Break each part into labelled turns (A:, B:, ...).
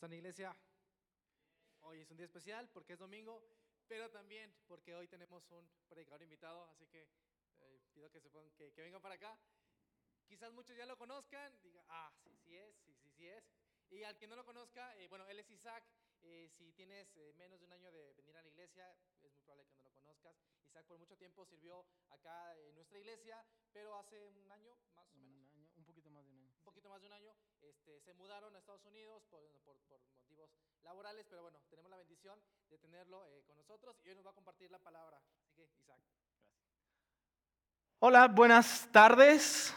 A: están, iglesia? Hoy es un día especial porque es domingo, pero también porque hoy tenemos un predicador invitado, así que pido que que vengan para acá. Quizás muchos ya lo conozcan, digan, sí es. Y al que no lo conozca, bueno, él es Isaac. Si tienes menos de un año de venir a la iglesia, es muy probable que no lo conozcas. Isaac por mucho tiempo sirvió acá en nuestra iglesia, pero hace un año, más o menos.
B: Un poquito más de un año.
A: Un poquito más de un año, se mudaron a Estados Unidos por motivos laborales, pero bueno, tenemos la bendición de tenerlo con nosotros y hoy nos va a compartir la palabra. Así que, Isaac.
B: Gracias. Hola, buenas tardes.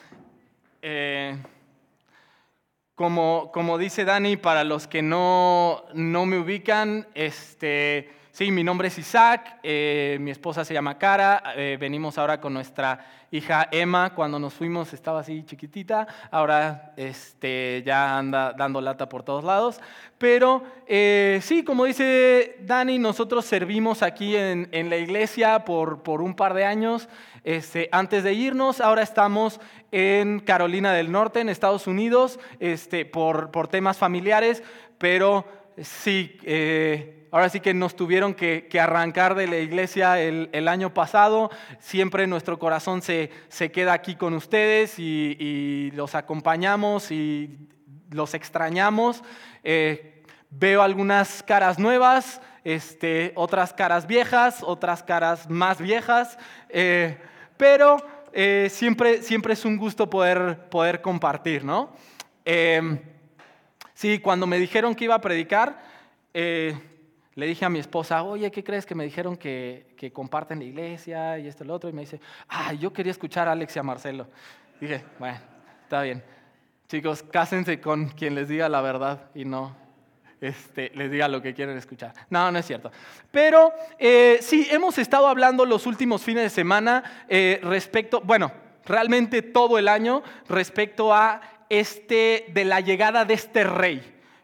B: Como dice Dani, para los que no me ubican, sí, mi nombre es Isaac, mi esposa se llama Cara, venimos ahora con nuestra hija Emma. Cuando nos fuimos estaba así chiquitita, ahora ya anda dando lata por todos lados. Pero sí, como dice Dani, nosotros servimos aquí en la iglesia por un par de años. Antes de irnos, ahora estamos en Carolina del Norte, en Estados Unidos, por temas familiares, pero sí, ahora sí que nos tuvieron que arrancar de la iglesia el año pasado. Siempre nuestro corazón se queda aquí con ustedes y los acompañamos y los extrañamos. Veo algunas caras nuevas, otras caras viejas, otras caras más viejas, pero siempre es un gusto poder compartir, ¿no? Sí, cuando me dijeron que iba a predicar, le dije a mi esposa, oye, ¿qué crees? Que me dijeron que comparten la iglesia y esto y lo otro. Y me dice, yo quería escuchar a Alex y a Marcelo. Dije, bueno, está bien. Chicos, cásense con quien les diga la verdad y no les diga lo que quieren escuchar. No es cierto. Pero sí, hemos estado hablando los últimos fines de semana realmente todo el año, respecto a de la llegada de este rey.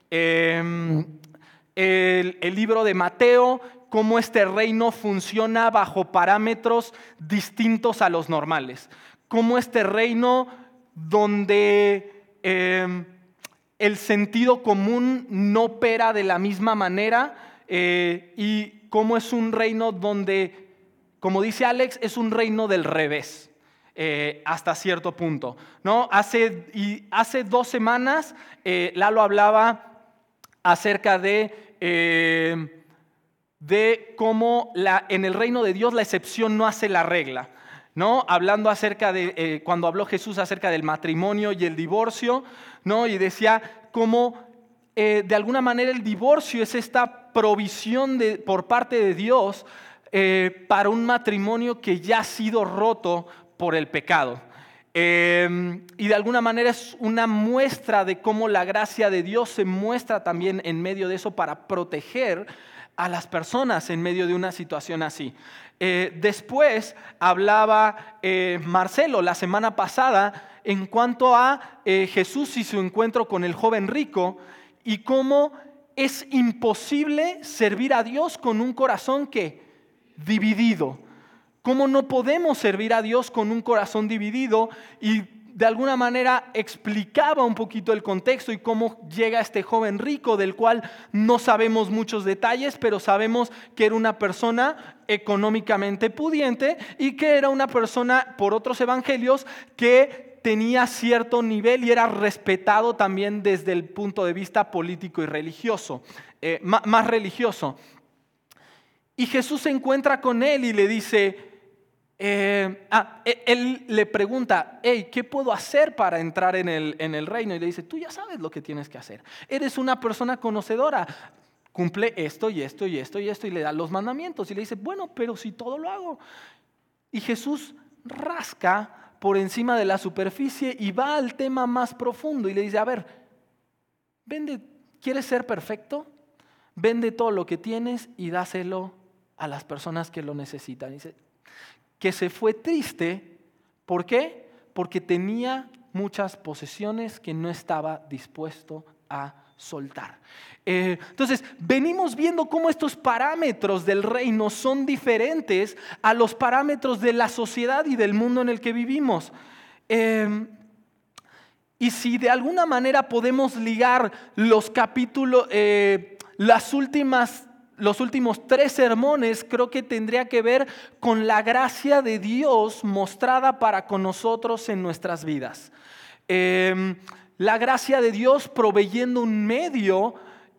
B: El libro de Mateo, cómo este reino funciona bajo parámetros distintos a los normales. Cómo este reino donde el sentido común no opera de la misma manera, y cómo es un reino donde, como dice Alex, es un reino del revés, hasta cierto punto, ¿no? Hace 2 semanas Lalo hablaba acerca de cómo en el reino de Dios la excepción no hace la regla, ¿no? Hablando acerca de cuando habló Jesús acerca del matrimonio y el divorcio, ¿no? Y decía cómo de alguna manera el divorcio es esta provisión por parte de Dios para un matrimonio que ya ha sido roto por el pecado. Y de alguna manera es una muestra de cómo la gracia de Dios se muestra también en medio de eso para proteger a las personas en medio de una situación así. Después hablaba Marcelo la semana pasada en cuanto a Jesús y su encuentro con el joven rico y cómo es imposible servir a Dios con un corazón dividido. Cómo no podemos servir a Dios con un corazón dividido, y de alguna manera explicaba un poquito el contexto y cómo llega este joven rico, del cual no sabemos muchos detalles, pero sabemos que era una persona económicamente pudiente y que era una persona, por otros evangelios, que tenía cierto nivel y era respetado también desde el punto de vista político y religioso, más religioso. Y Jesús se encuentra con él y le dice, él le pregunta, ¿qué puedo hacer para entrar en el reino? Y le dice, tú ya sabes lo que tienes que hacer. Eres una persona conocedora. Cumple esto y esto y esto y esto. Y le da los mandamientos. Y le dice, bueno, pero si todo lo hago. Y Jesús rasca por encima de la superficie y va al tema más profundo. Y le dice, a ver, ¿quieres ser perfecto? Vende todo lo que tienes y dáselo a las personas que lo necesitan. Y dice, que se fue triste. ¿Por qué? Porque tenía muchas posesiones que no estaba dispuesto a soltar. Entonces, venimos viendo cómo estos parámetros del reino son diferentes a los parámetros de la sociedad y del mundo en el que vivimos. Y si de alguna manera podemos ligar los capítulos, los últimos 3 sermones, creo que tendría que ver con la gracia de Dios mostrada para con nosotros en nuestras vidas. La gracia de Dios proveyendo un medio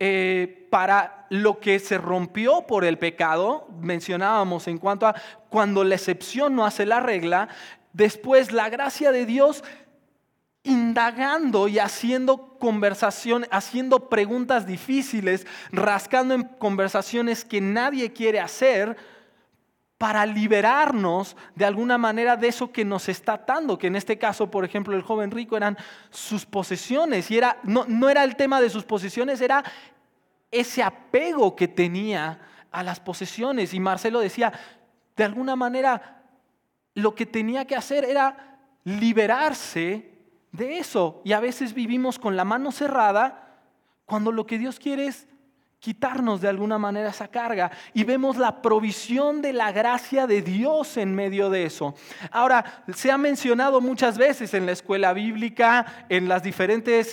B: para lo que se rompió por el pecado. Mencionábamos en cuanto a cuando la excepción no hace la regla. Después la gracia de Dios indagando y haciendo conversación, haciendo preguntas difíciles, rascando en conversaciones que nadie quiere hacer, para liberarnos de alguna manera de eso que nos está atando, que en este caso, por ejemplo, el joven rico eran sus posesiones, y no era el tema de sus posesiones, era ese apego que tenía a las posesiones. Y Marcelo decía, de alguna manera, lo que tenía que hacer era liberarse de eso. Y a veces vivimos con la mano cerrada cuando lo que Dios quiere es quitarnos de alguna manera esa carga. Y vemos la provisión de la gracia de Dios en medio de eso. Ahora, se ha mencionado muchas veces en la escuela bíblica, en las diferentes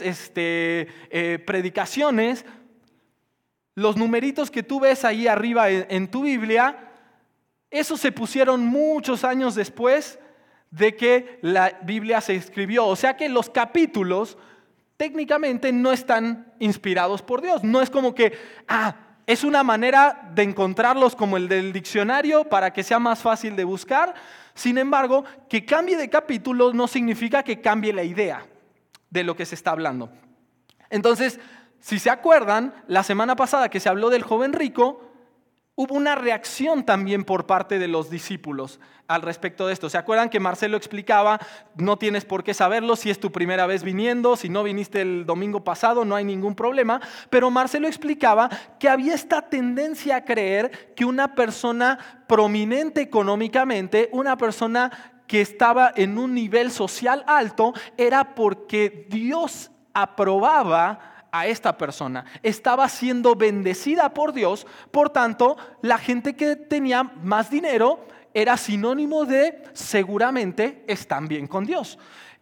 B: predicaciones, los numeritos que tú ves ahí arriba en tu Biblia, esos se pusieron muchos años después de que la Biblia se escribió. O sea que los capítulos técnicamente no están inspirados por Dios. No es como que, es una manera de encontrarlos como el del diccionario para que sea más fácil de buscar. Sin embargo, que cambie de capítulo no significa que cambie la idea de lo que se está hablando. Entonces, si se acuerdan, la semana pasada que se habló del joven rico, hubo una reacción también por parte de los discípulos al respecto de esto. ¿Se acuerdan que Marcelo explicaba? No tienes por qué saberlo si es tu primera vez viniendo, si no viniste el domingo pasado, no hay ningún problema. Pero Marcelo explicaba que había esta tendencia a creer que una persona prominente económicamente, una persona que estaba en un nivel social alto, era porque Dios aprobaba a esta persona, estaba siendo bendecida por Dios. Por tanto, la gente que tenía más dinero era sinónimo de seguramente están bien con Dios.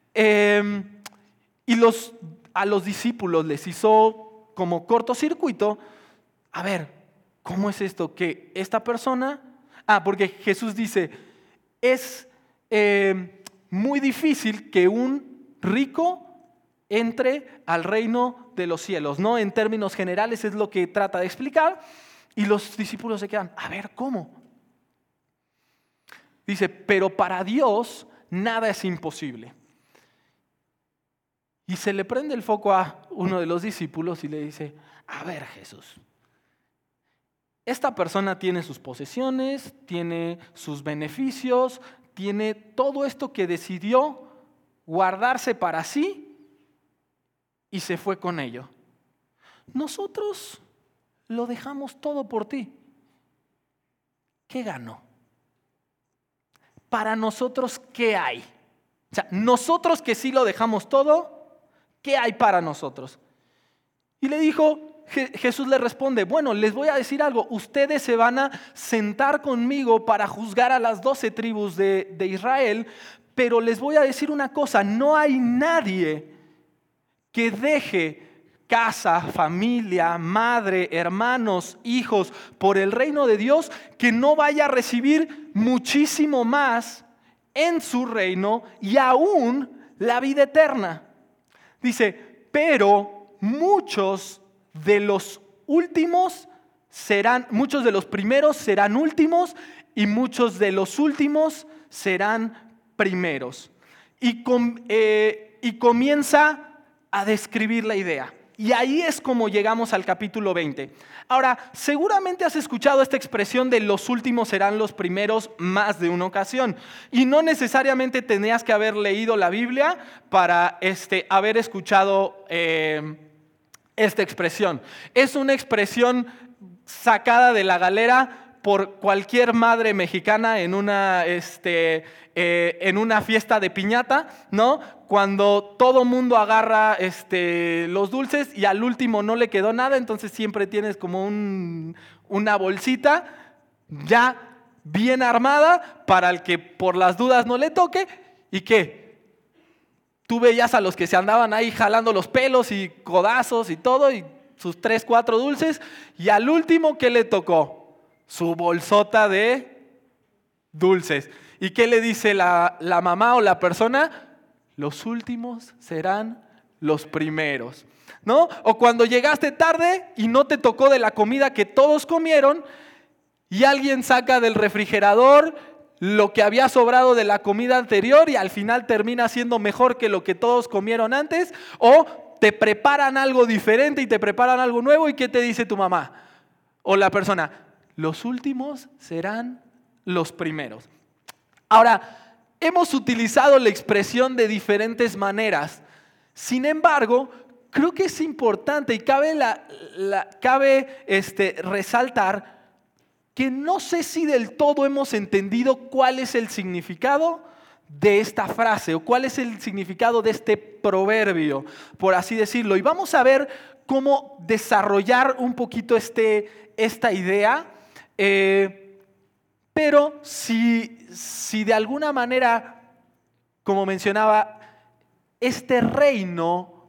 B: Y a los discípulos les hizo como cortocircuito. A ver, ¿cómo es esto? Que esta persona, porque Jesús dice, es muy difícil que un rico entre al reino de los cielos, ¿no? En términos generales es lo que trata de explicar. Y los discípulos se quedan, a ver, ¿cómo? Dice, pero para Dios nada es imposible. Y se le prende el foco a uno de los discípulos y le dice, a ver, Jesús, esta persona tiene sus posesiones, tiene sus beneficios, tiene todo esto que decidió guardarse para sí y se fue con ello. Nosotros lo dejamos todo por ti. ¿Qué ganó? Para nosotros, ¿qué hay? O sea, nosotros que sí lo dejamos todo, ¿qué hay para nosotros? Y le dijo, Jesús le responde, bueno, les voy a decir algo. Ustedes se van a sentar conmigo para juzgar a las 12 tribus de Israel, pero les voy a decir una cosa, no hay nadie que deje casa, familia, madre, hermanos, hijos, por el reino de Dios, que no vaya a recibir muchísimo más en su reino y aún la vida eterna. Dice, pero muchos de los primeros serán últimos y muchos de los últimos serán primeros. Y comienza a describir la idea. Y ahí es como llegamos al capítulo 20. Ahora, seguramente has escuchado esta expresión de los últimos serán los primeros más de una ocasión. Y no necesariamente tenías que haber leído la Biblia para haber escuchado esta expresión. Es una expresión sacada de la galera por cualquier madre mexicana en una fiesta de piñata, ¿no? Cuando todo mundo agarra los dulces y al último no le quedó nada, entonces siempre tienes como una bolsita ya bien armada para el que por las dudas no le toque. ¿Y qué? tú veías a los que se andaban ahí jalando los pelos y codazos y todo, y sus 3, 4 dulces, y al último, ¿qué le tocó? Su bolsota de dulces. ¿Y qué le dice la mamá o la persona? Los últimos serán los primeros, ¿no? O cuando llegaste tarde y no te tocó de la comida que todos comieron y alguien saca del refrigerador lo que había sobrado de la comida anterior y al final termina siendo mejor que lo que todos comieron antes, o te preparan algo diferente y te preparan algo nuevo, ¿y qué te dice tu mamá o la persona? Los últimos serán los primeros. Ahora, hemos utilizado la expresión de diferentes maneras. Sin embargo, creo que es importante y cabe resaltar que no sé si del todo hemos entendido cuál es el significado de esta frase o cuál es el significado de este proverbio, por así decirlo. Y vamos a ver cómo desarrollar un poquito esta idea. Pero si de alguna manera, como mencionaba, este reino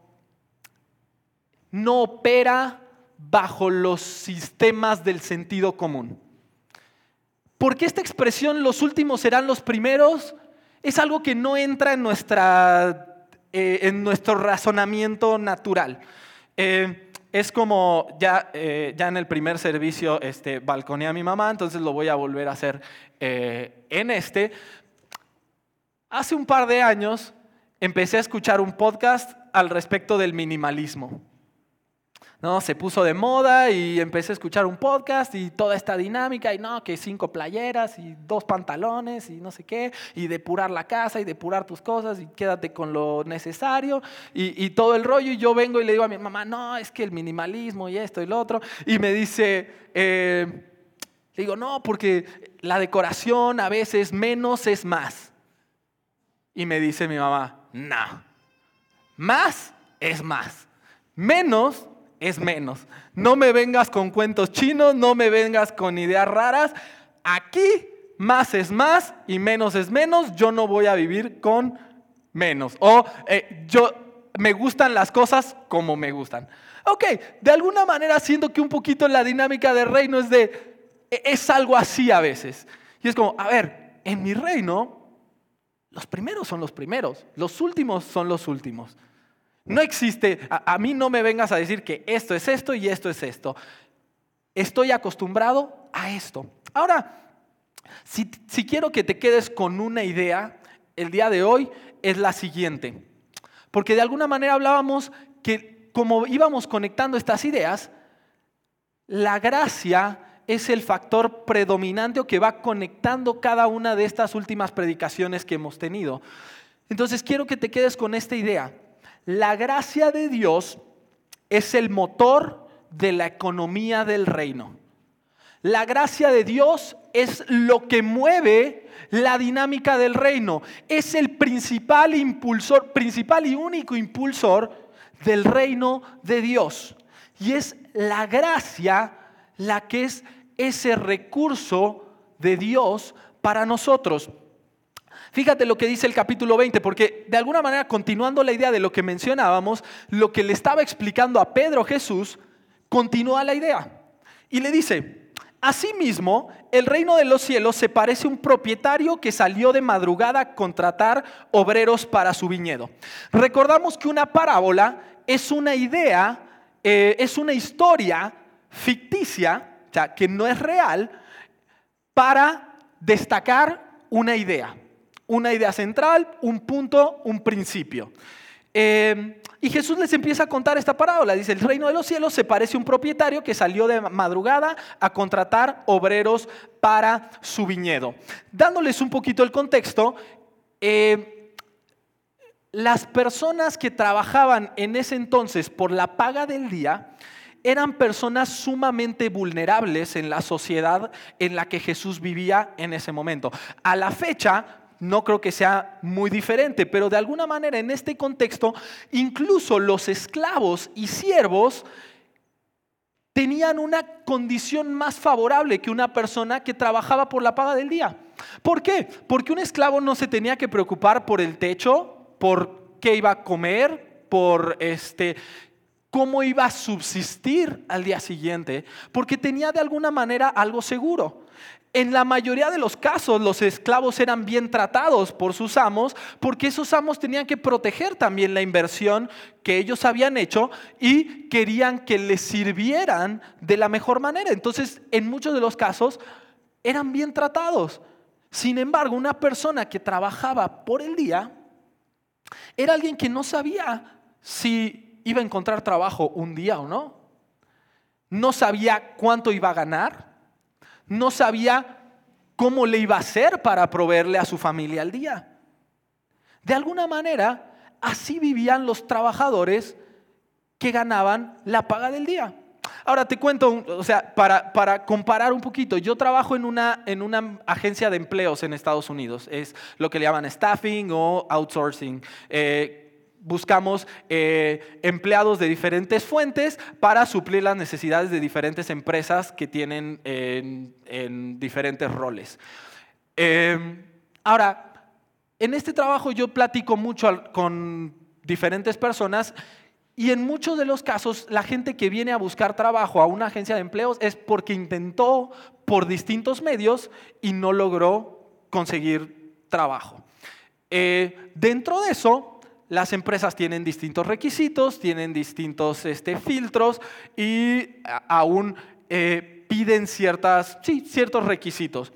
B: no opera bajo los sistemas del sentido común. Porque esta expresión, los últimos serán los primeros, es algo que no entra en nuestro razonamiento natural. Es como, ya en el primer servicio balconeé a mi mamá, entonces lo voy a volver a hacer en Hace un par de años empecé a escuchar un podcast al respecto del minimalismo. ¿No? Se puso de moda y empecé a escuchar un podcast y toda esta dinámica y no, que 5 playeras y 2 pantalones y no sé qué, y depurar la casa y depurar tus cosas y quédate con lo necesario y todo el rollo. Y yo vengo y le digo a mi mamá, no, es que el minimalismo y esto y lo otro. Y me dice, le digo, no, porque la decoración a veces menos es más. Y me dice mi mamá, no, más es más, menos es menos. No me vengas con cuentos chinos, no me vengas con ideas raras. Aquí más es más y menos es menos. Yo no voy a vivir con menos. O me gustan las cosas como me gustan. Ok, de alguna manera siento que un poquito la dinámica del reino es algo así a veces. Y es como, a ver, en mi reino, los primeros son los primeros, los últimos son los últimos. No existe, a mí no me vengas a decir que esto es esto y esto es esto. Estoy acostumbrado a esto. Ahora, si quiero que te quedes con una idea, el día de hoy es la siguiente. Porque de alguna manera hablábamos que como íbamos conectando estas ideas, la gracia es el factor predominante o que va conectando cada una de estas últimas predicaciones que hemos tenido. Entonces quiero que te quedes con esta idea. La gracia de Dios es el motor de la economía del reino. La gracia de Dios es lo que mueve la dinámica del reino. Es el principal y único impulsor del reino de Dios. Y es la gracia la que es ese recurso de Dios para nosotros. Fíjate lo que dice el capítulo 20, porque de alguna manera, continuando la idea de lo que mencionábamos, lo que le estaba explicando a Pedro Jesús, continúa la idea. Y le dice, asimismo, el reino de los cielos se parece a un propietario que salió de madrugada a contratar obreros para su viñedo. Recordamos que una parábola es una idea, es una historia ficticia, o sea, que no es real, para destacar una idea. Una idea central, un punto, un principio. Y Jesús les empieza a contar esta parábola. Dice, el reino de los cielos se parece a un propietario que salió de madrugada a contratar obreros para su viñedo. Dándoles un poquito el contexto, las personas que trabajaban en ese entonces por la paga del día eran personas sumamente vulnerables en la sociedad en la que Jesús vivía en ese momento. A la fecha, no creo que sea muy diferente, pero de alguna manera en este contexto, incluso los esclavos y siervos tenían una condición más favorable que una persona que trabajaba por la paga del día. ¿Por qué? Porque un esclavo no se tenía que preocupar por el techo, por qué iba a comer, por cómo iba a subsistir al día siguiente, porque tenía de alguna manera algo seguro. En la mayoría de los casos, los esclavos eran bien tratados por sus amos, porque esos amos tenían que proteger también la inversión que ellos habían hecho y querían que les sirvieran de la mejor manera. Entonces, en muchos de los casos, eran bien tratados. Sin embargo, una persona que trabajaba por el día era alguien que no sabía si iba a encontrar trabajo un día o no. No sabía cuánto iba a ganar. No sabía cómo le iba a hacer para proveerle a su familia al día. De alguna manera, así vivían los trabajadores que ganaban la paga del día. Ahora te cuento, para comparar un poquito, yo trabajo en una agencia de empleos en Estados Unidos. Es lo que le llaman staffing o outsourcing. Buscamos empleados de diferentes fuentes para suplir las necesidades de diferentes empresas que tienen en diferentes roles. Ahora, en este trabajo yo platico mucho con diferentes personas y en muchos de los casos la gente que viene a buscar trabajo a una agencia de empleos es porque intentó por distintos medios y no logró conseguir trabajo. Dentro de eso, las empresas tienen distintos requisitos, tienen distintos filtros y aún piden ciertos requisitos.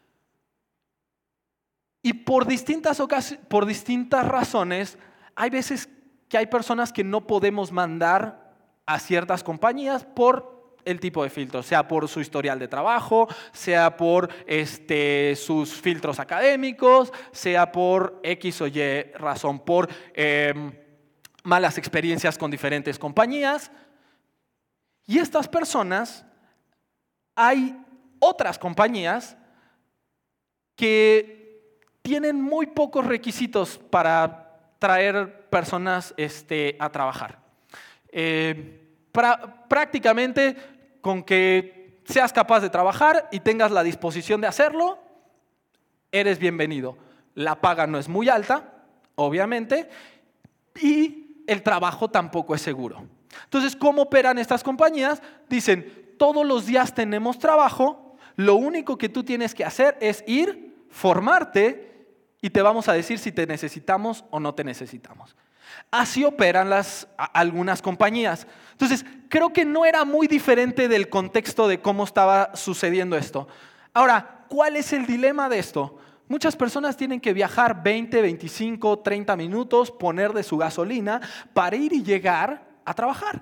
B: Y por distintas razones, hay veces que hay personas que no podemos mandar a ciertas compañías por el tipo de filtro, sea por su historial de trabajo, sea por sus filtros académicos, sea por X o Y razón, por malas experiencias con diferentes compañías. Y estas personas, hay otras compañías que tienen muy pocos requisitos para traer personas a trabajar. Prácticamente con que seas capaz de trabajar y tengas la disposición de hacerlo, eres bienvenido. La paga no es muy alta, obviamente, y el trabajo tampoco es seguro. Entonces, ¿cómo operan estas compañías? Dicen, todos los días tenemos trabajo, lo único que tú tienes que hacer es ir, formarte y te vamos a decir si te necesitamos o no te necesitamos. Así operan algunas compañías. Entonces, creo que no era muy diferente del contexto de cómo estaba sucediendo esto. Ahora, ¿cuál es el dilema de esto? Muchas personas tienen que viajar 20, 25, 30 minutos, poner de su gasolina para ir y llegar a trabajar.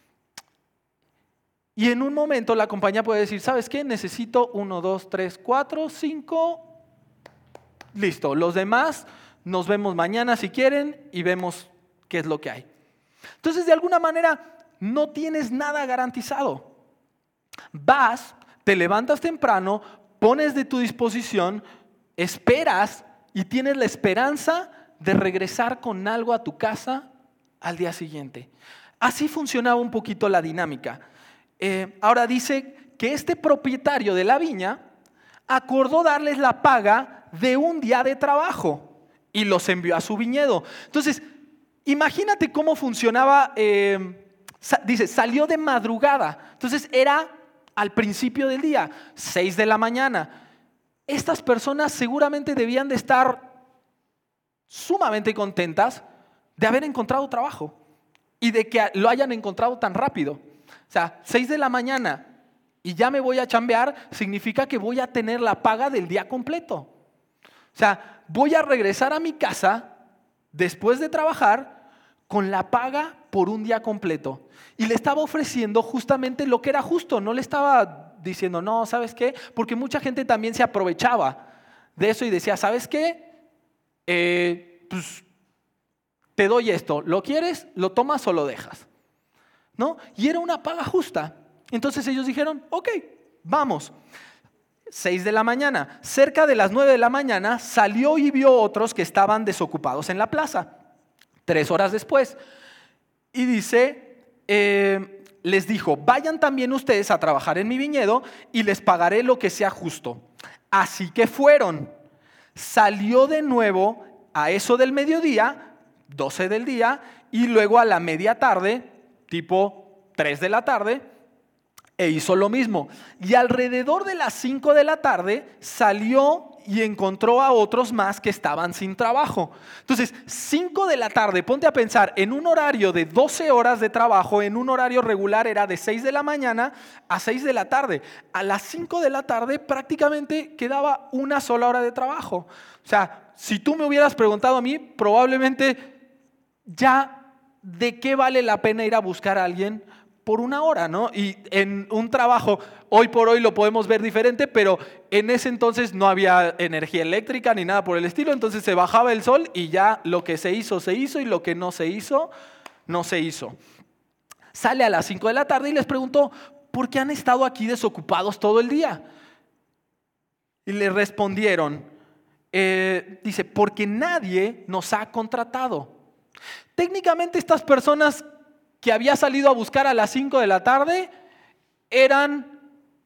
B: Y en un momento la compañía puede decir, ¿sabes qué? Necesito 1, 2, 3, 4, 5. Listo, los demás nos vemos mañana si quieren y vemos qué es lo que hay. Entonces, de alguna manera, no tienes nada garantizado. Vas, te levantas temprano, pones de tu disposición, esperas y tienes la esperanza de regresar con algo a tu casa al día siguiente. Así funcionaba un poquito la dinámica. Ahora dice que este propietario de la viña acordó darles la paga de un día de trabajo y los envió a su viñedo. Entonces, imagínate cómo funcionaba. Dice, salió de madrugada. Entonces era al principio del día, 6 de la mañana. Estas personas seguramente debían de estar sumamente contentas de haber encontrado trabajo y de que lo hayan encontrado tan rápido. O sea, 6 de la mañana y ya me voy a chambear, significa que voy a tener la paga del día completo. O sea, voy a regresar a mi casa después de trabajar con la paga por un día completo. Y le estaba ofreciendo justamente lo que era justo, no le estaba diciendo, no, ¿sabes qué? Porque mucha gente también se aprovechaba de eso y decía, ¿sabes qué? Pues te doy esto, ¿lo quieres? ¿Lo tomas o lo dejas? ¿No? Y era una paga justa. Entonces ellos dijeron, ok, vamos. 6 de la mañana, cerca de las 9 de la mañana salió y vio otros que estaban desocupados en la plaza. 3 horas después. Y dice, les dijo, vayan también ustedes a trabajar en mi viñedo y les pagaré lo que sea justo. Así que fueron. Salió de nuevo a eso del mediodía 12 del día, y luego a la media tarde, tipo 3 de la tarde, e hizo lo mismo. Y alrededor de las 5 de la tarde salió y encontró a otros más que estaban sin trabajo. Entonces, 5 de la tarde, ponte a pensar, en un horario de 12 horas de trabajo, en un horario regular era de 6 de la mañana a 6 de la tarde. A las 5 de la tarde prácticamente quedaba una sola hora de trabajo. O sea, si tú me hubieras preguntado a mí, probablemente ya de qué vale la pena ir a buscar a alguien por una hora, ¿no? Y en un trabajo, hoy por hoy lo podemos ver diferente, pero en ese entonces no había energía eléctrica ni nada por el estilo, entonces se bajaba el sol y ya lo que se hizo y lo que no se hizo, no se hizo. Sale a las 5 de la tarde y les preguntó, ¿por qué han estado aquí desocupados todo el día? Y le respondieron, dice, porque nadie nos ha contratado. Técnicamente estas personas que había salido a buscar a las 5 de la tarde eran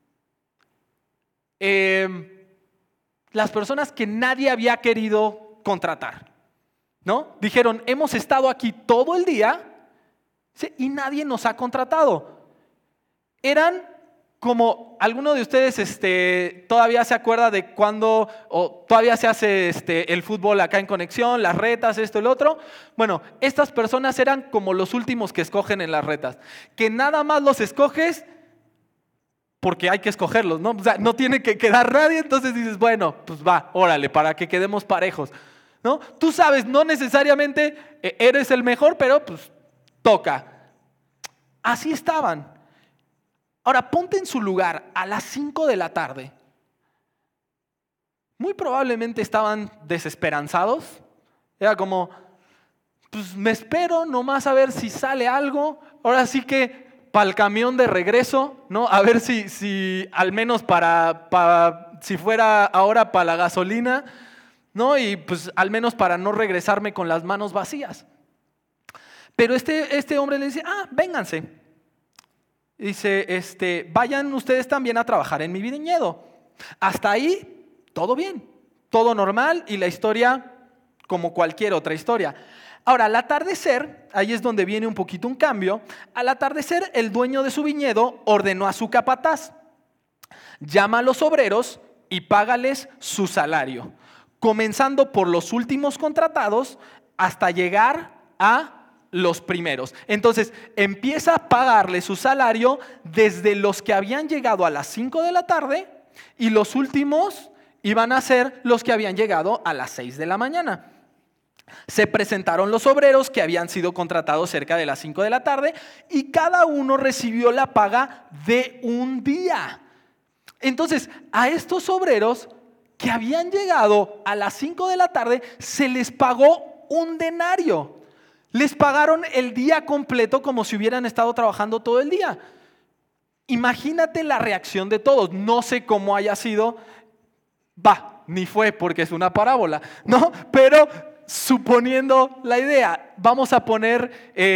B: las personas que nadie había querido contratar, ¿no? Dijeron, hemos estado aquí todo el día, ¿sí? Y nadie nos ha contratado. Eran como, ¿alguno de ustedes todavía se acuerda de cuando, o todavía se hace el fútbol acá en Conexión, las retas, esto y lo otro? Bueno, estas personas eran como los últimos que escogen en las retas, que nada más los escoges porque hay que escogerlos, ¿no? O sea, no tiene que quedar nadie, entonces dices, bueno, pues va, órale, para que quedemos parejos, ¿no? Tú sabes, no necesariamente eres el mejor, pero pues toca. Así estaban. Ahora, ponte en su lugar a las 5 de la tarde. Muy probablemente estaban desesperanzados. Era como, pues me espero nomás a ver si sale algo. Ahora sí que para el camión de regreso, ¿no? A ver si al menos si fuera ahora para la gasolina, ¿no? Y pues al menos para no regresarme con las manos vacías. Pero este hombre le dice, vénganse. Dice, vayan ustedes también a trabajar en mi viñedo. Hasta ahí, todo bien, todo normal y la historia como cualquier otra historia. Ahora, al atardecer, ahí es donde viene un poquito un cambio. Al atardecer, el dueño de su viñedo ordenó a su capataz, llama a los obreros y págales su salario, comenzando por los últimos contratados hasta llegar a los primeros. Entonces empieza a pagarle su salario desde los que habían llegado a las 5 de la tarde y los últimos iban a ser los que habían llegado a las 6 de la mañana. Se presentaron los obreros que habían sido contratados cerca de las 5 de la tarde y cada uno recibió la paga de un día. Entonces a estos obreros que habían llegado a las 5 de la tarde se les pagó un denario. Les pagaron el día completo como si hubieran estado trabajando todo el día. Imagínate la reacción de todos. No sé cómo haya sido. Ni fue porque es una parábola, ¿no? Pero suponiendo la idea, vamos a poner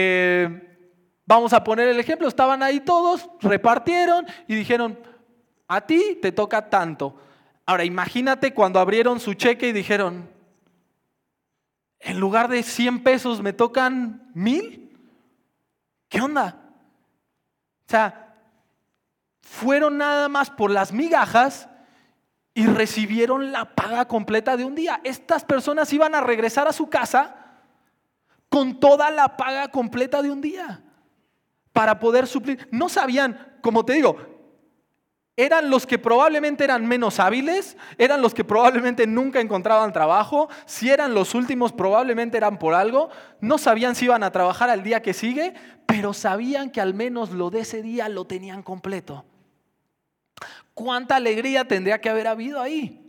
B: el ejemplo. Estaban ahí todos, repartieron y dijeron, a ti te toca tanto. Ahora imagínate cuando abrieron su cheque y dijeron, en lugar de 100 pesos me tocan 1,000. ¿Qué onda? O sea, fueron nada más por las migajas y recibieron la paga completa de un día. Estas personas iban a regresar a su casa con toda la paga completa de un día para poder suplir. No sabían, como te digo, eran los que probablemente eran menos hábiles, eran los que probablemente nunca encontraban trabajo, si eran los últimos probablemente eran por algo, no sabían si iban a trabajar al día que sigue, pero sabían que al menos lo de ese día lo tenían completo. ¿Cuánta alegría tendría que haber habido ahí?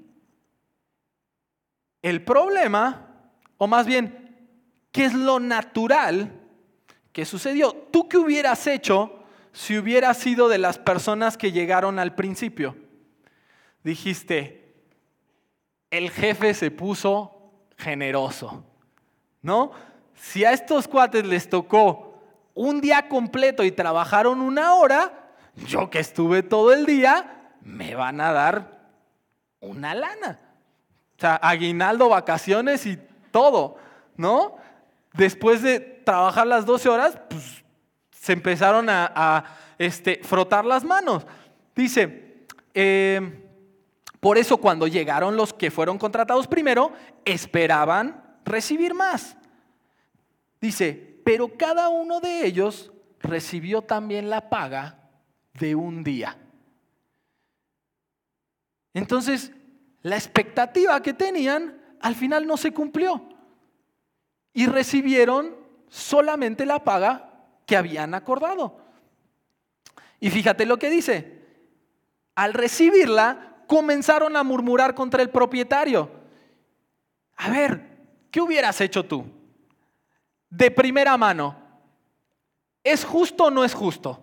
B: El problema, o más bien, ¿qué es lo natural que sucedió? ¿Tú qué hubieras hecho si hubieras sido de las personas que llegaron al principio? Dijiste, el jefe se puso generoso, ¿no? Si a estos cuates les tocó un día completo y trabajaron una hora, yo que estuve todo el día, me van a dar una lana. O sea, aguinaldo, vacaciones y todo, ¿no? después de trabajar las 12 horas, pues se empezaron a frotar las manos. Dice, por eso cuando llegaron los que fueron contratados primero, esperaban recibir más. Dice, pero cada uno de ellos recibió también la paga de un día. Entonces, la expectativa que tenían al final no se cumplió y recibieron solamente la paga que habían acordado. Y fíjate lo que dice: al recibirla, comenzaron a murmurar contra el propietario. A ver, ¿qué hubieras hecho tú? De primera mano, ¿es justo o no es justo?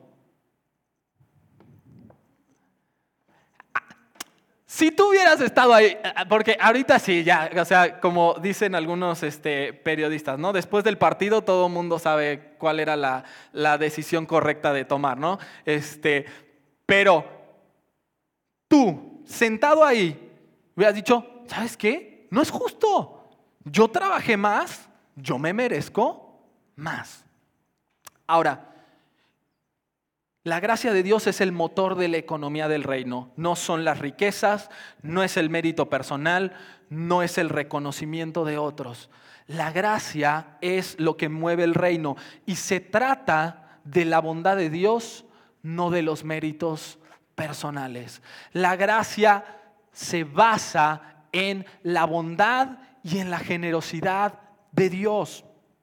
B: Si tú hubieras estado ahí, porque ahorita sí, ya, o sea, como dicen algunos periodistas, ¿no? Después del partido todo el mundo sabe cuál era la decisión correcta de tomar, ¿no? Pero tú, sentado ahí, hubieras dicho, ¿sabes qué? No es justo. Yo trabajé más, yo me merezco más. Ahora, la gracia de Dios es el motor de la economía del reino. No son las riquezas, no es el mérito personal, no es el reconocimiento de otros. La gracia es lo que mueve el reino y se trata de la bondad de Dios, no de los méritos personales. La gracia se basa en la bondad y en la generosidad de Dios.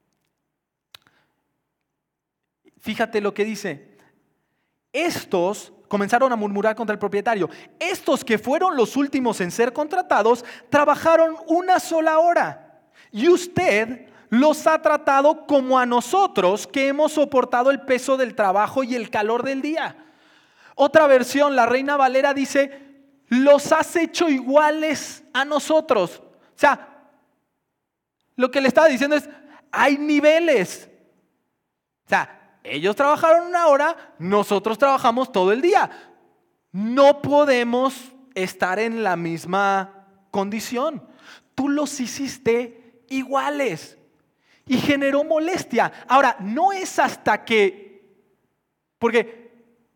B: Fíjate lo que dice. Estos comenzaron a murmurar contra el propietario. Estos que fueron los últimos en ser contratados trabajaron una sola hora y usted los ha tratado como a nosotros que hemos soportado el peso del trabajo y el calor del día. Otra versión, la Reina Valera, dice: los has hecho iguales a nosotros. O sea, lo que le estaba diciendo es, hay niveles. O sea, ellos trabajaron una hora, nosotros trabajamos todo el día. No podemos estar en la misma condición. Tú los hiciste iguales y generó molestia. Ahora, no es hasta que, porque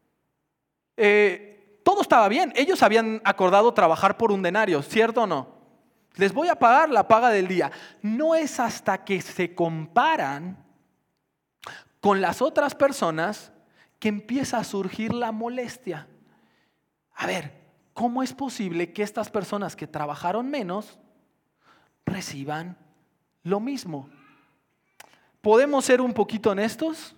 B: todo estaba bien. Ellos habían acordado trabajar por un denario, ¿cierto o no? Les voy a pagar la paga del día. No es hasta que se comparan con las otras personas que empieza a surgir la molestia. A ver, ¿cómo es posible que estas personas que trabajaron menos reciban lo mismo? ¿Podemos ser un poquito honestos?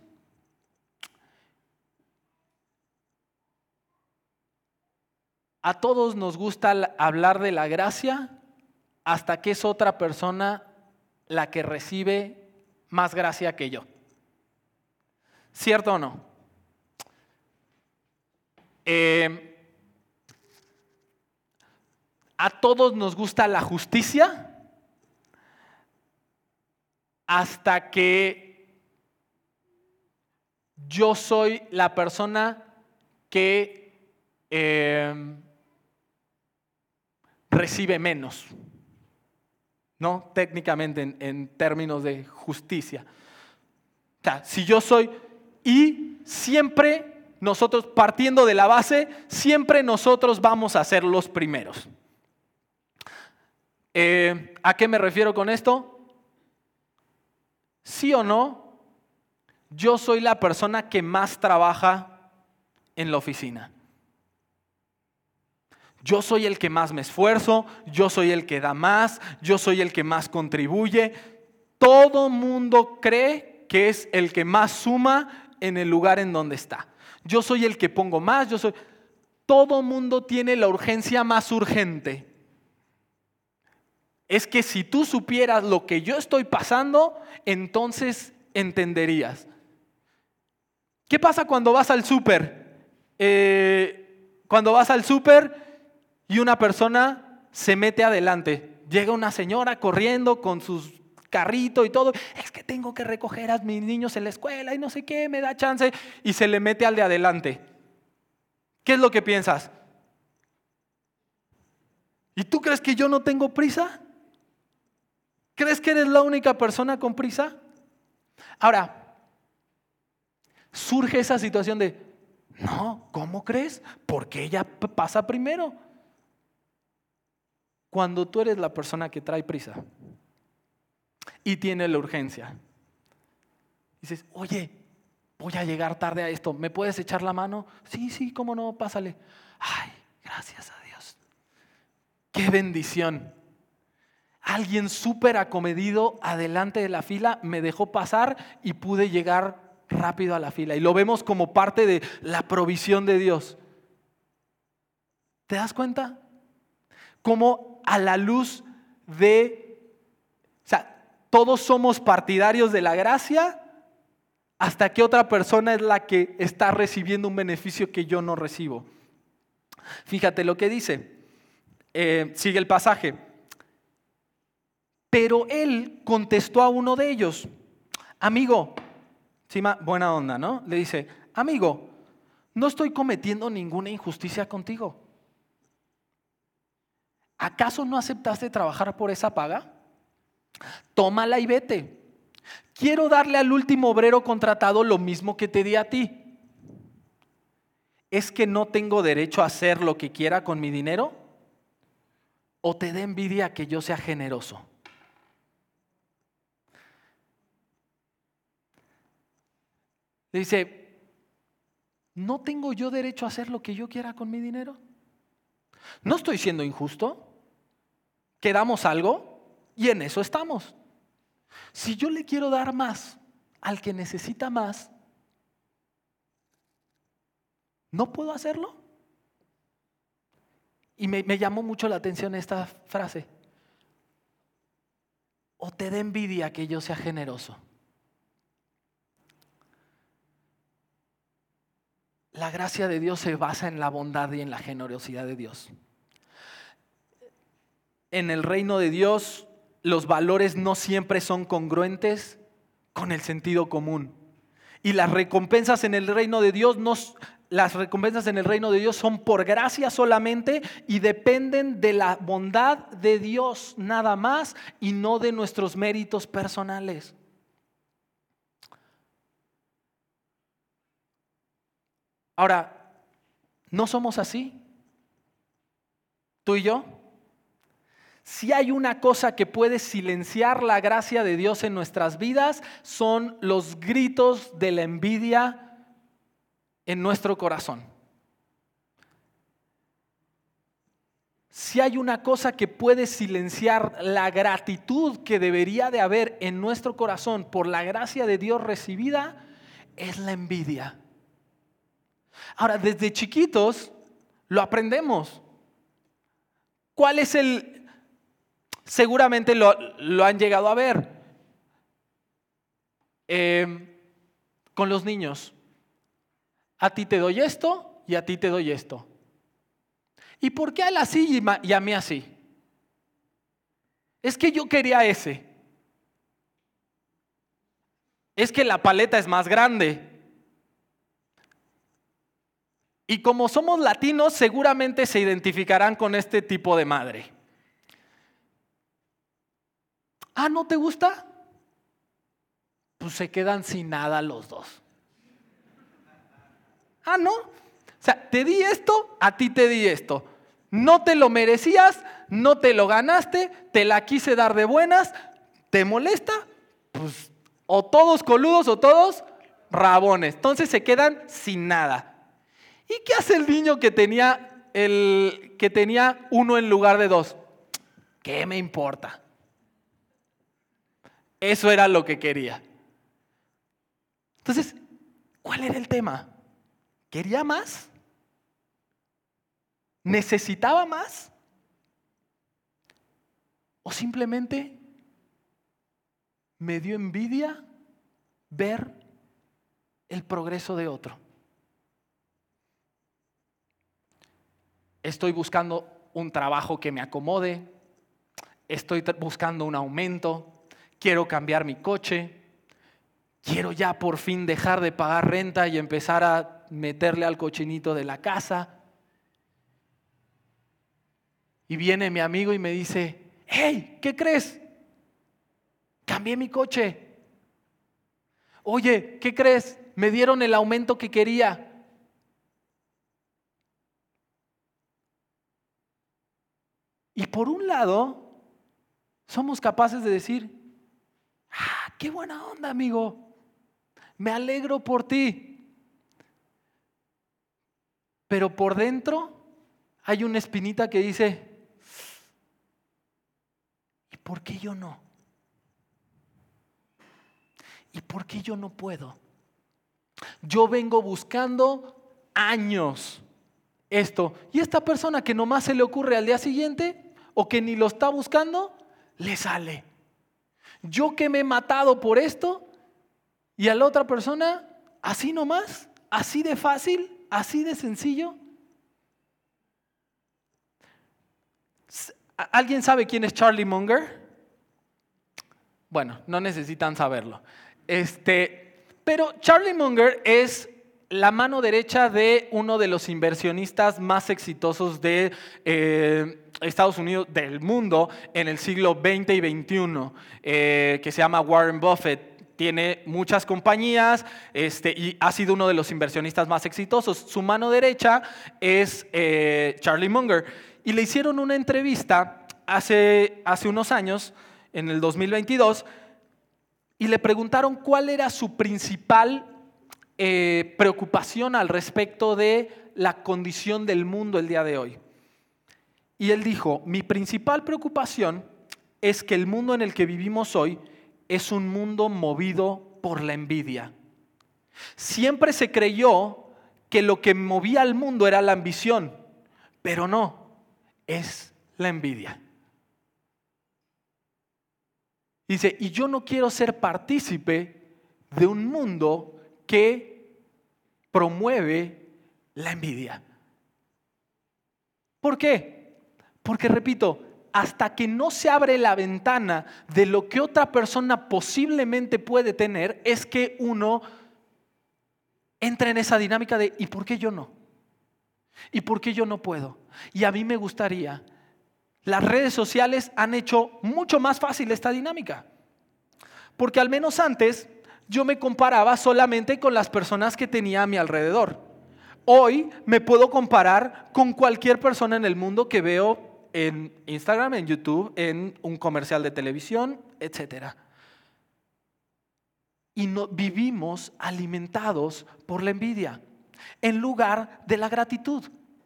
B: A todos nos gusta hablar de la gracia hasta que es otra persona la que recibe más gracia que yo. ¿Cierto o no? A todos nos gusta la justicia hasta que yo soy la persona que recibe menos, ¿no? Técnicamente en términos de justicia. O sea, si yo soy... Y siempre nosotros, partiendo de la base, siempre nosotros vamos a ser los primeros. ¿A qué me refiero con esto? ¿Sí o no? Yo soy la persona que más trabaja en la oficina. Yo soy el que más me esfuerzo, yo soy el que da más, yo soy el que más contribuye. Todo mundo cree que es el que más suma en el lugar en donde está. Yo soy el que pongo más, todo mundo tiene la urgencia más urgente. Es que si tú supieras lo que yo estoy pasando, entonces entenderías. ¿Qué pasa cuando vas al súper? Cuando vas al súper y una persona se mete adelante. Llega una señora corriendo con sus carrito y todo, es que tengo que recoger a mis niños en la escuela y no sé qué, me da chance, y se le mete al de adelante. ¿Qué es lo que piensas? ¿Y tú crees que yo no tengo prisa? ¿Crees que eres la única persona con prisa? Ahora, surge esa situación de, no, ¿cómo crees? ¿Por qué ella pasa primero? Cuando tú eres la persona que trae prisa y tiene la urgencia, dices, oye, voy a llegar tarde a esto, ¿me puedes echar la mano? Sí, cómo no, pásale. Ay, gracias a Dios. Qué bendición. Alguien súper acomedido adelante de la fila me dejó pasar y pude llegar rápido a la fila. Y lo vemos como parte de la provisión de Dios. ¿Te das cuenta? Como a la luz todos somos partidarios de la gracia hasta que otra persona es la que está recibiendo un beneficio que yo no recibo. Fíjate lo que dice. Sigue el pasaje. Pero él contestó a uno de ellos, amigo, sí, buena onda, ¿no? Le dice, amigo, no estoy cometiendo ninguna injusticia contigo. ¿Acaso no aceptaste trabajar por esa paga? Tómala y vete. Quiero darle al último obrero contratado lo mismo que te di a ti. ¿Es que no tengo derecho a hacer lo que quiera con mi dinero? ¿O te da envidia que yo sea generoso? Le dice, ¿no tengo yo derecho a hacer lo que yo quiera con mi dinero? ¿No estoy siendo injusto? ¿Quedamos algo? Y en eso estamos. Si yo le quiero dar más al que necesita más, ¿no puedo hacerlo? Y me llamó mucho la atención esta frase. ¿O te da envidia que yo sea generoso? La gracia de Dios se basa en la bondad y en la generosidad de Dios. En el reino de Dios, los valores no siempre son congruentes con el sentido común. Y las recompensas en el reino de Dios son por gracia solamente y dependen de la bondad de Dios nada más y no de nuestros méritos personales. Ahora, ¿no somos así? ¿Tú y yo? Si hay una cosa que puede silenciar la gracia de Dios en nuestras vidas, son los gritos de la envidia en nuestro corazón. Si hay una cosa que puede silenciar la gratitud que debería de haber en nuestro corazón por la gracia de Dios recibida, es la envidia. Ahora, desde chiquitos lo aprendemos. ¿Cuál es seguramente lo han llegado a ver con los niños? A ti te doy esto y a ti te doy esto. ¿Y por qué a él así y a mí así? Es que yo quería ese. Es que la paleta es más grande. Y como somos latinos, seguramente se identificarán con este tipo de madre. Ah, ¿no te gusta? Pues se quedan sin nada los dos. Ah, ¿no? O sea, te di esto, a ti te di esto. No te lo merecías, no te lo ganaste, te la quise dar de buenas, ¿te molesta? Pues o todos coludos o todos rabones. Entonces se quedan sin nada. ¿Y qué hace el niño que tenía uno en lugar de dos? ¿Qué me importa? Eso era lo que quería. Entonces, ¿cuál era el tema? ¿Quería más? ¿Necesitaba más? ¿O simplemente me dio envidia ver el progreso de otro? Estoy buscando un trabajo que me acomode, estoy buscando un aumento, quiero cambiar mi coche, quiero ya por fin dejar de pagar renta y empezar a meterle al cochinito de la casa. Y viene mi amigo y me dice, hey, ¿qué crees? Cambié mi coche. Oye, ¿qué crees? Me dieron el aumento que quería. Y por un lado, somos capaces de decir, qué buena onda, amigo. Me alegro por ti. Pero por dentro hay una espinita que dice, ¿y por qué yo no? ¿Y por qué yo no puedo? Yo vengo buscando años esto. Y esta persona que nomás se le ocurre al día siguiente o que ni lo está buscando, le sale. Yo que me he matado por esto y a la otra persona, así nomás, así de fácil, así de sencillo. ¿Alguien sabe quién es Charlie Munger? Bueno, no necesitan saberlo. Pero Charlie Munger es la mano derecha de uno de los inversionistas más exitosos de Estados Unidos, del mundo, en el siglo XX y XXI, que se llama Warren Buffett. Tiene muchas compañías y ha sido uno de los inversionistas más exitosos. Su mano derecha es Charlie Munger. Y le hicieron una entrevista hace unos años, en el 2022, y le preguntaron cuál era su principal preocupación al respecto de la condición del mundo el día de hoy. Y él dijo, mi principal preocupación es que el mundo en el que vivimos hoy es un mundo movido por la envidia. Siempre se creyó que lo que movía al mundo era la ambición, pero no, es la envidia. Dice, y yo no quiero ser partícipe de un mundo que promueve la envidia. ¿Por qué? Porque, repito, hasta que no se abre la ventana de lo que otra persona posiblemente puede tener, es que uno entra en esa dinámica de ¿y por qué yo no? ¿Y por qué yo no puedo? Y a mí me gustaría. Las redes sociales han hecho mucho más fácil esta dinámica. Porque al menos antes yo me comparaba solamente con las personas que tenía a mi alrededor. Hoy me puedo comparar con cualquier persona en el mundo que veo en Instagram, en YouTube, en un comercial de televisión, etc. Y vivimos alimentados por la envidia en lugar de la gratitud.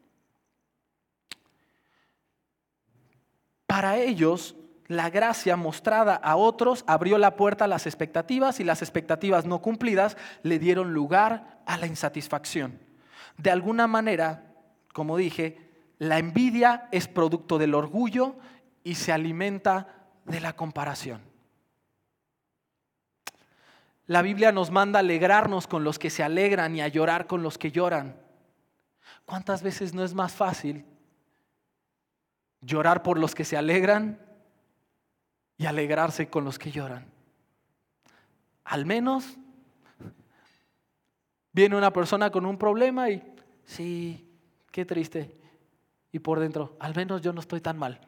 B: Para ellos, la gracia mostrada a otros abrió la puerta a las expectativas y las expectativas no cumplidas le dieron lugar a la insatisfacción. De alguna manera, como dije, la envidia es producto del orgullo y se alimenta de la comparación. La Biblia nos manda a alegrarnos con los que se alegran y a llorar con los que lloran. ¿Cuántas veces no es más fácil llorar por los que se alegran y alegrarse con los que lloran? Al menos viene una persona con un problema y sí, qué triste. Y por dentro, al menos yo no estoy tan mal.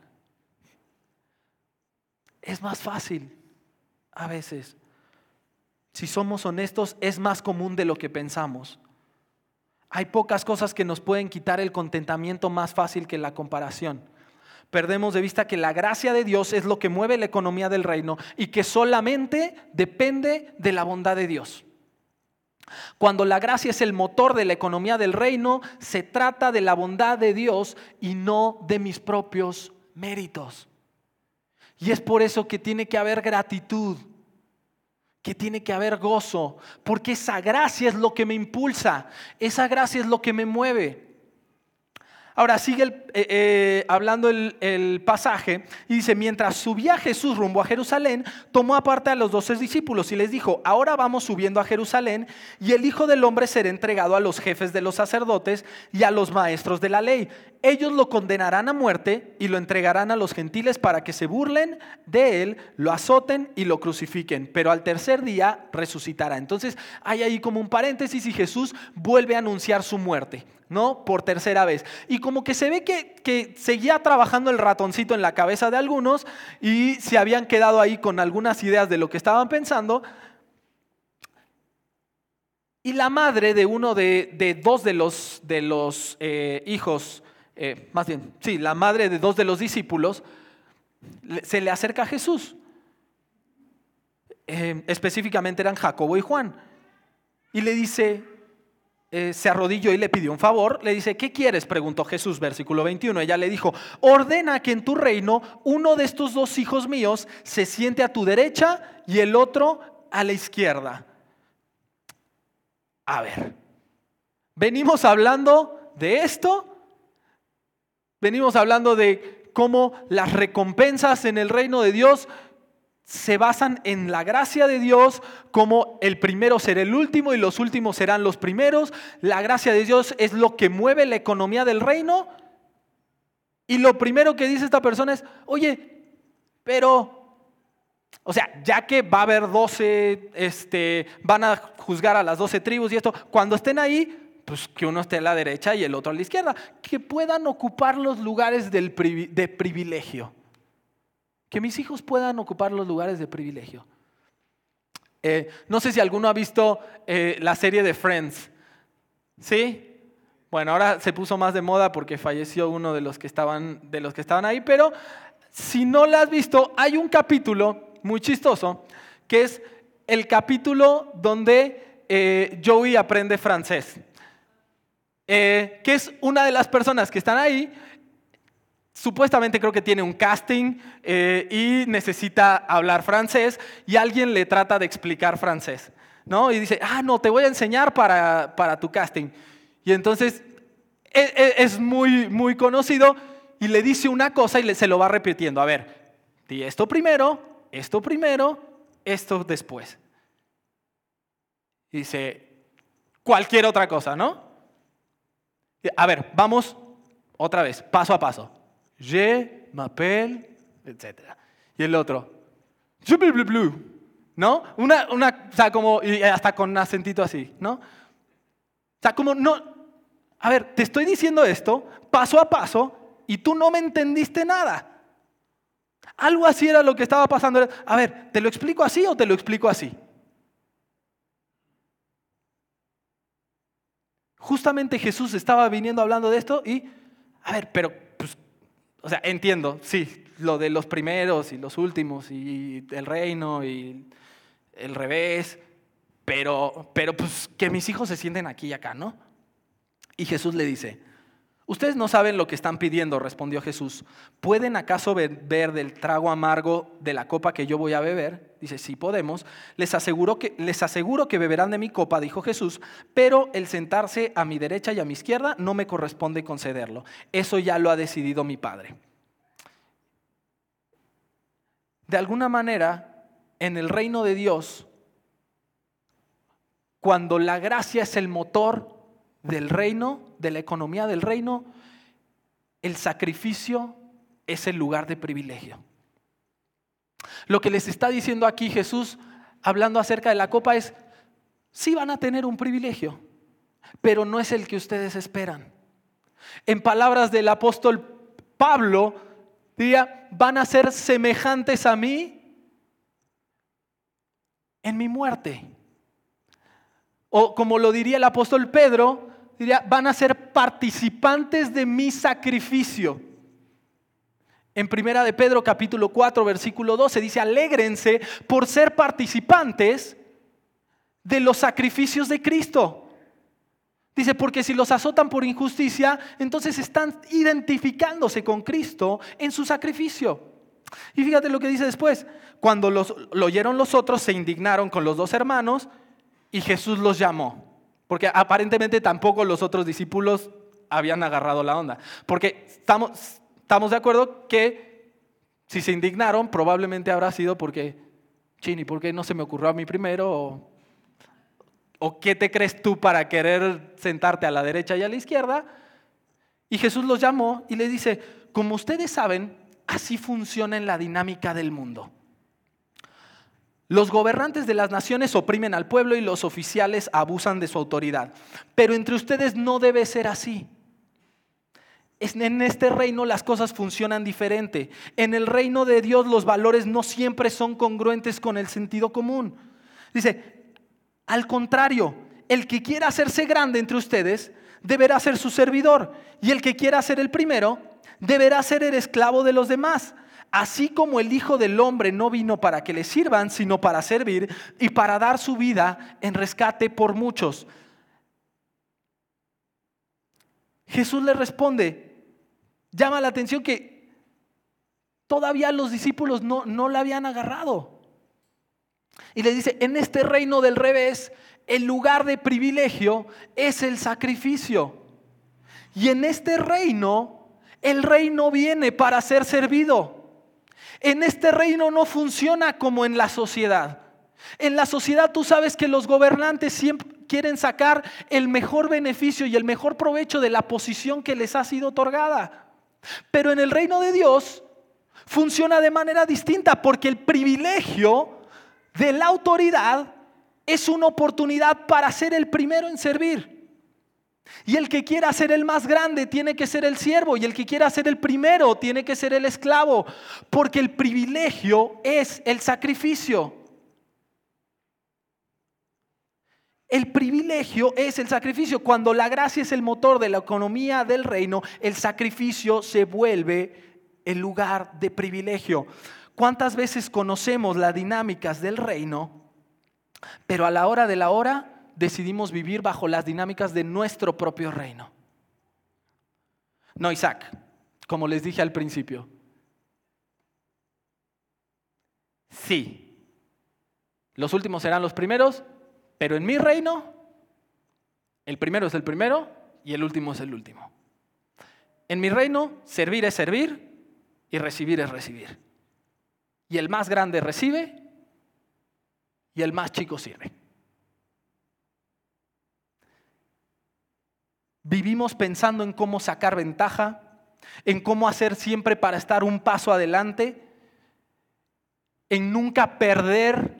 B: Es más fácil a veces. Si somos honestos, es más común de lo que pensamos. Hay pocas cosas que nos pueden quitar el contentamiento más fácil que la comparación. Perdemos de vista que la gracia de Dios es lo que mueve la economía del reino y que solamente depende de la bondad de Dios. Cuando la gracia es el motor de la economía del reino, se trata de la bondad de Dios y no de mis propios méritos. Y es por eso que tiene que haber gratitud, que tiene que haber gozo, porque esa gracia es lo que me impulsa, esa gracia es lo que me mueve. Ahora sigue hablando el pasaje y dice, mientras subía Jesús rumbo a Jerusalén, tomó aparte a los 12 discípulos y les dijo, ahora vamos subiendo a Jerusalén y el Hijo del Hombre será entregado a los jefes de los sacerdotes y a los maestros de la ley. Ellos lo condenarán a muerte y lo entregarán a los gentiles para que se burlen de él, lo azoten y lo crucifiquen, pero al tercer día resucitará. Entonces hay ahí como un paréntesis y Jesús vuelve a anunciar su muerte, ¿no? Por tercera vez. Y como que se ve que seguía trabajando el ratoncito en la cabeza de algunos y se habían quedado ahí con algunas ideas de lo que estaban pensando. Y la madre de uno de dos de los hijos, más bien, sí, la madre de dos de los discípulos, se le acerca a Jesús. Específicamente eran Jacobo y Juan. Y le dice, se arrodilló y le pidió un favor. Le dice, ¿qué quieres?, preguntó Jesús, versículo 21. Ella le dijo, ordena que en tu reino uno de estos dos hijos míos se siente a tu derecha y el otro a la izquierda. A ver, venimos hablando de esto, venimos hablando de cómo las recompensas en el reino de Dios se basan en la gracia de Dios, como el primero será el último y los últimos serán los primeros. La gracia de Dios es lo que mueve la economía del reino. Y lo primero que dice esta persona es, oye, pero... O sea, ya que va a haber 12, van a juzgar a las 12 tribus y esto, cuando estén ahí, pues que uno esté a la derecha y el otro a la izquierda, que puedan ocupar los lugares de privilegio. Que mis hijos puedan ocupar los lugares de privilegio. No sé si alguno ha visto la serie de Friends. ¿Sí? Bueno, ahora se puso más de moda porque falleció uno de los que estaban ahí, pero si no la has visto, hay un capítulo muy chistoso, que es el capítulo donde Joey aprende francés. Que es una de las personas que están ahí, supuestamente creo que tiene un casting y necesita hablar francés y alguien le trata de explicar francés, ¿no? Y dice, no, te voy a enseñar para tu casting. Y entonces es muy, muy conocido y le dice una cosa y se lo va repitiendo. A ver, di esto primero, esto después. Y dice, cualquier otra cosa, ¿no? A ver, vamos otra vez, paso a paso. Je m'appelle, etc. Y el otro, je bleu bleu bleu, ¿no? O sea, como, y hasta con un acentito así, ¿no? O sea, como no, a ver, te estoy diciendo esto paso a paso y tú no me entendiste nada. Algo así era lo que estaba pasando. A ver, ¿te lo explico así o te lo explico así? Justamente Jesús estaba viniendo hablando de esto y, a ver, pero, pues, o sea, entiendo, sí, lo de los primeros y los últimos y el reino y el revés, pero pues que mis hijos se sienten aquí y acá, ¿no? Y Jesús le dice, ustedes no saben lo que están pidiendo, respondió Jesús. ¿Pueden acaso beber del trago amargo de la copa que yo voy a beber? Dice, sí podemos. Les aseguro que beberán de mi copa, dijo Jesús, pero el sentarse a mi derecha y a mi izquierda no me corresponde concederlo. Eso ya lo ha decidido mi Padre. De alguna manera, en el reino de Dios, cuando la gracia es el motor del reino, de la economía del reino, el sacrificio es el lugar de privilegio. Lo que les está diciendo aquí Jesús, hablando acerca de la copa, es, sí van a tener un privilegio, pero no es el que ustedes esperan. En palabras del apóstol Pablo, diría, van a ser semejantes a mí en mi muerte. O como lo diría el apóstol Pedro, diría, van a ser participantes de mi sacrificio. En primera de Pedro capítulo 4 versículo 12 dice, alégrense por ser participantes de los sacrificios de Cristo. Dice, porque si los azotan por injusticia, entonces están identificándose con Cristo en su sacrificio. Y fíjate lo que dice después, cuando lo oyeron los otros, se indignaron con los dos hermanos y Jesús los llamó. Porque aparentemente tampoco los otros discípulos habían agarrado la onda. Porque estamos de acuerdo que si se indignaron, probablemente habrá sido porque, Chini, ¿por qué no se me ocurrió a mí primero? ¿O qué te crees tú para querer sentarte a la derecha y a la izquierda? Y Jesús los llamó y les dice, como ustedes saben, así funciona en la dinámica del mundo. Los gobernantes de las naciones oprimen al pueblo y los oficiales abusan de su autoridad. Pero entre ustedes no debe ser así. En este reino las cosas funcionan diferente. En el reino de Dios los valores no siempre son congruentes con el sentido común. Dice, al contrario, el que quiera hacerse grande entre ustedes deberá ser su servidor, y el que quiera ser el primero deberá ser el esclavo de los demás. Así como el Hijo del Hombre no vino para que le sirvan, sino para servir y para dar su vida en rescate por muchos. Jesús le responde, llama la atención que todavía los discípulos no la habían agarrado. Y le dice, en este reino del revés, el lugar de privilegio es el sacrificio. Y en este reino, el reino viene para ser servido. En este reino no funciona como en la sociedad. En la sociedad tú sabes que los gobernantes siempre quieren sacar el mejor beneficio y el mejor provecho de la posición que les ha sido otorgada. Pero en el reino de Dios funciona de manera distinta, porque el privilegio de la autoridad es una oportunidad para ser el primero en servir. Y el que quiera ser el más grande tiene que ser el siervo, y el que quiera ser el primero tiene que ser el esclavo, porque el privilegio es el sacrificio. El privilegio es el sacrificio. Cuando la gracia es el motor de la economía del reino, el sacrificio se vuelve el lugar de privilegio. ¿Cuántas veces conocemos las dinámicas del reino, pero a la hora de la hora decidimos vivir bajo las dinámicas de nuestro propio reino? No, Isaac, como les dije al principio, sí, los últimos serán los primeros, pero en mi reino el primero es el primero y el último es el último. En mi reino servir es servir y recibir es recibir. Y el más grande recibe y el más chico sirve. Vivimos pensando en cómo sacar ventaja, en cómo hacer siempre para estar un paso adelante, en nunca perder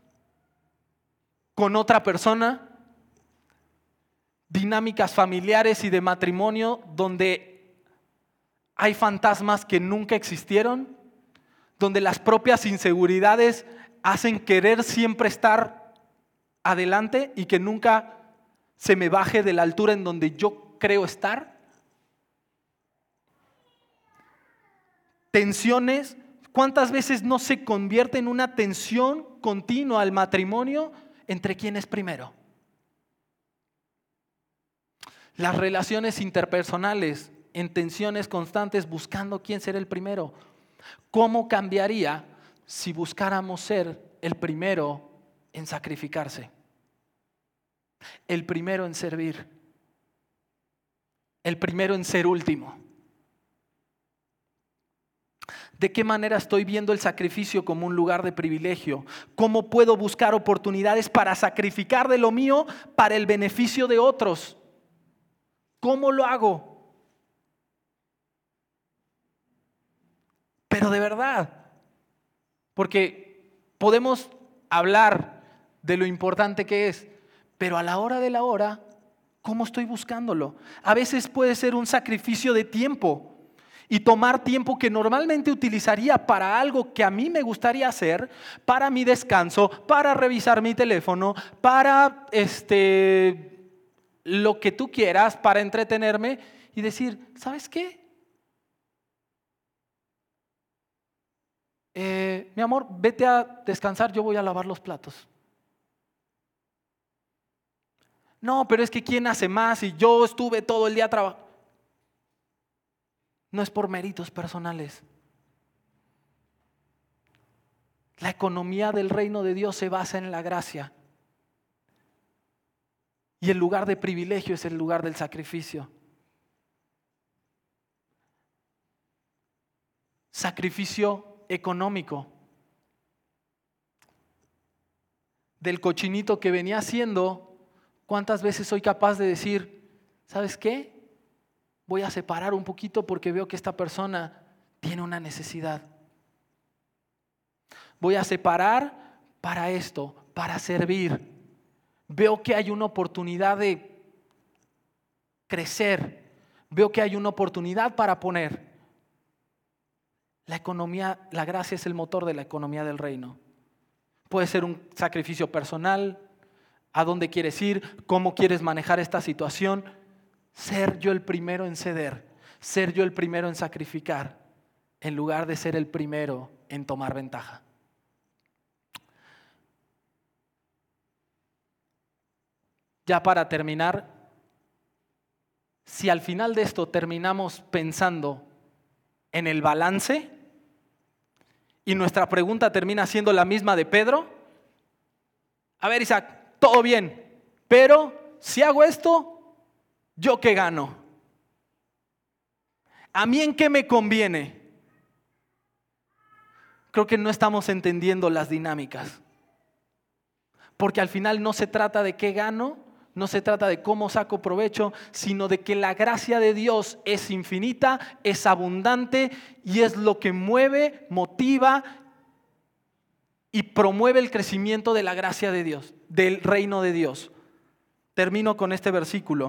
B: con otra persona, dinámicas familiares y de matrimonio donde hay fantasmas que nunca existieron, donde las propias inseguridades hacen querer siempre estar adelante y que nunca se me baje de la altura en donde yo creo estar. Tensiones, ¿cuántas veces no se convierte en una tensión continua al matrimonio entre quién es primero? Las relaciones interpersonales en tensiones constantes buscando quién será el primero. ¿Cómo cambiaría si buscáramos ser el primero en sacrificarse? El primero en servir. El primero en ser último. ¿De qué manera estoy viendo el sacrificio como un lugar de privilegio? ¿Cómo puedo buscar oportunidades para sacrificar de lo mío para el beneficio de otros? ¿Cómo lo hago? Pero de verdad, porque podemos hablar de lo importante que es, pero a la hora de la hora, ¿cómo estoy buscándolo? A veces puede ser un sacrificio de tiempo y tomar tiempo que normalmente utilizaría para algo que a mí me gustaría hacer, para mi descanso, para revisar mi teléfono, para lo que tú quieras, para entretenerme y decir, ¿sabes qué? Mi amor, vete a descansar, yo voy a lavar los platos. No, pero es que ¿quién hace más? Y yo estuve todo el día trabajando. No es por méritos personales. La economía del reino de Dios se basa en la gracia. Y el lugar de privilegio es el lugar del sacrificio. Sacrificio económico. Del cochinito que venía haciendo, ¿cuántas veces soy capaz de decir, ¿sabes qué? Voy a separar un poquito porque veo que esta persona tiene una necesidad. Voy a separar para esto, para servir. Veo que hay una oportunidad de crecer. Veo que hay una oportunidad para poner. La economía, la gracia es el motor de la economía del reino. Puede ser un sacrificio personal, a dónde quieres ir, cómo quieres manejar esta situación. Ser yo el primero en ceder, ser yo el primero en sacrificar, en lugar de ser el primero en tomar ventaja. Ya para terminar, si al final de esto terminamos pensando en el balance y nuestra pregunta termina siendo la misma de Pedro, a ver, Isaac, todo bien, pero si hago esto, ¿yo qué gano? ¿A mí en qué me conviene? Creo que no estamos entendiendo las dinámicas, porque al final no se trata de qué gano, no se trata de cómo saco provecho, sino de que la gracia de Dios es infinita, es abundante y es lo que mueve, motiva y promueve el crecimiento de la gracia de Dios, del reino de Dios. Termino con este versículo.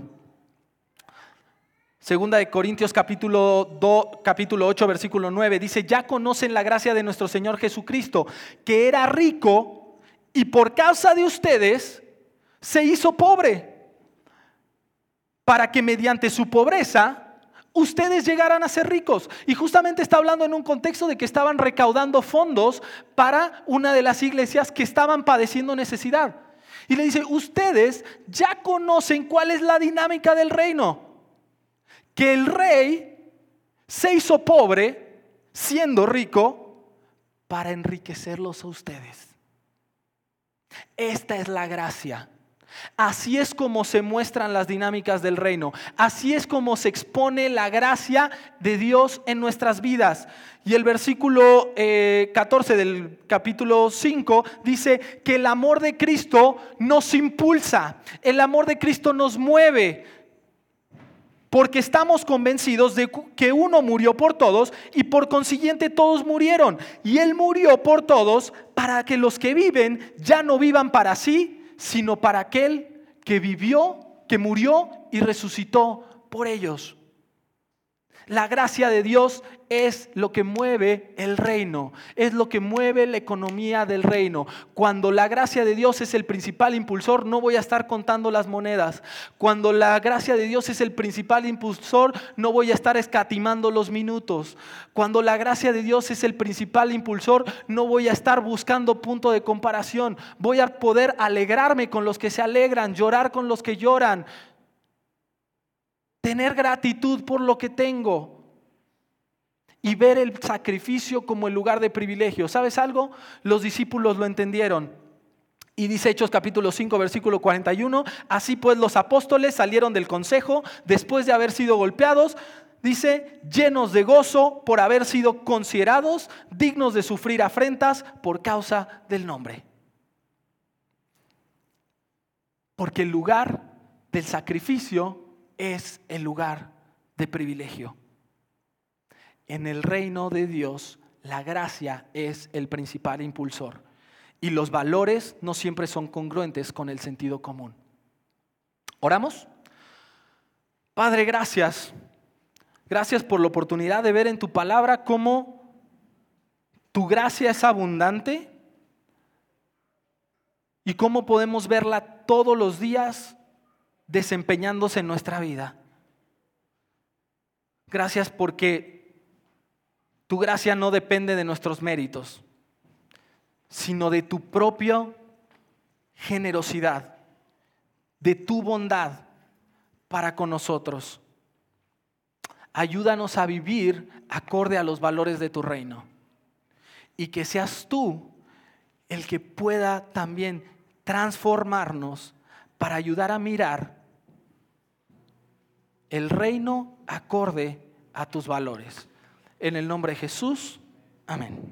B: Segunda de Corintios capítulo 8, versículo 9, dice: ya conocen la gracia de nuestro Señor Jesucristo, que era rico y por causa de ustedes se hizo pobre, para que mediante su pobreza ustedes llegaran a ser ricos. Y justamente está hablando en un contexto de que estaban recaudando fondos para una de las iglesias que estaban padeciendo necesidad. Y le dice: ustedes ya conocen cuál es la dinámica del reino, que el rey se hizo pobre siendo rico para enriquecerlos a ustedes. Esta es la gracia. Así es como se muestran las dinámicas del reino. Así es como se expone la gracia de Dios en nuestras vidas. Y el versículo 14 del capítulo 5 dice que el amor de Cristo nos impulsa. El amor de Cristo nos mueve, porque estamos convencidos de que uno murió por todos y por consiguiente todos murieron. Y Él murió por todos para que los que viven ya no vivan para sí, sino para aquel que vivió, que murió y resucitó por ellos. La gracia de Dios es lo que mueve el reino, es lo que mueve la economía del reino. Cuando la gracia de Dios es el principal impulsor, no voy a estar contando las monedas. Cuando la gracia de Dios es el principal impulsor, no voy a estar escatimando los minutos. Cuando la gracia de Dios es el principal impulsor, no voy a estar buscando punto de comparación. Voy a poder alegrarme con los que se alegran, llorar con los que lloran, tener gratitud por lo que tengo y ver el sacrificio como el lugar de privilegio. ¿Sabes algo? Los discípulos lo entendieron. Y dice Hechos capítulo 5 versículo 41: así pues los apóstoles salieron del consejo después de haber sido golpeados, dice, llenos de gozo por haber sido considerados dignos de sufrir afrentas por causa del nombre. Porque el lugar del sacrificio es el lugar de privilegio. En el reino de Dios, la gracia es el principal impulsor y los valores no siempre son congruentes con el sentido común. ¿Oramos? Padre, gracias. Gracias por la oportunidad de ver en tu palabra cómo tu gracia es abundante y cómo podemos verla todos los días desempeñándose en nuestra vida. Gracias porque tu gracia no depende de nuestros méritos, sino de tu propia generosidad, de tu bondad para con nosotros. Ayúdanos a vivir acorde a los valores de tu reino y que seas tú el que pueda también transformarnos para ayudar a mirar el reino acorde a tus valores. En el nombre de Jesús, amén.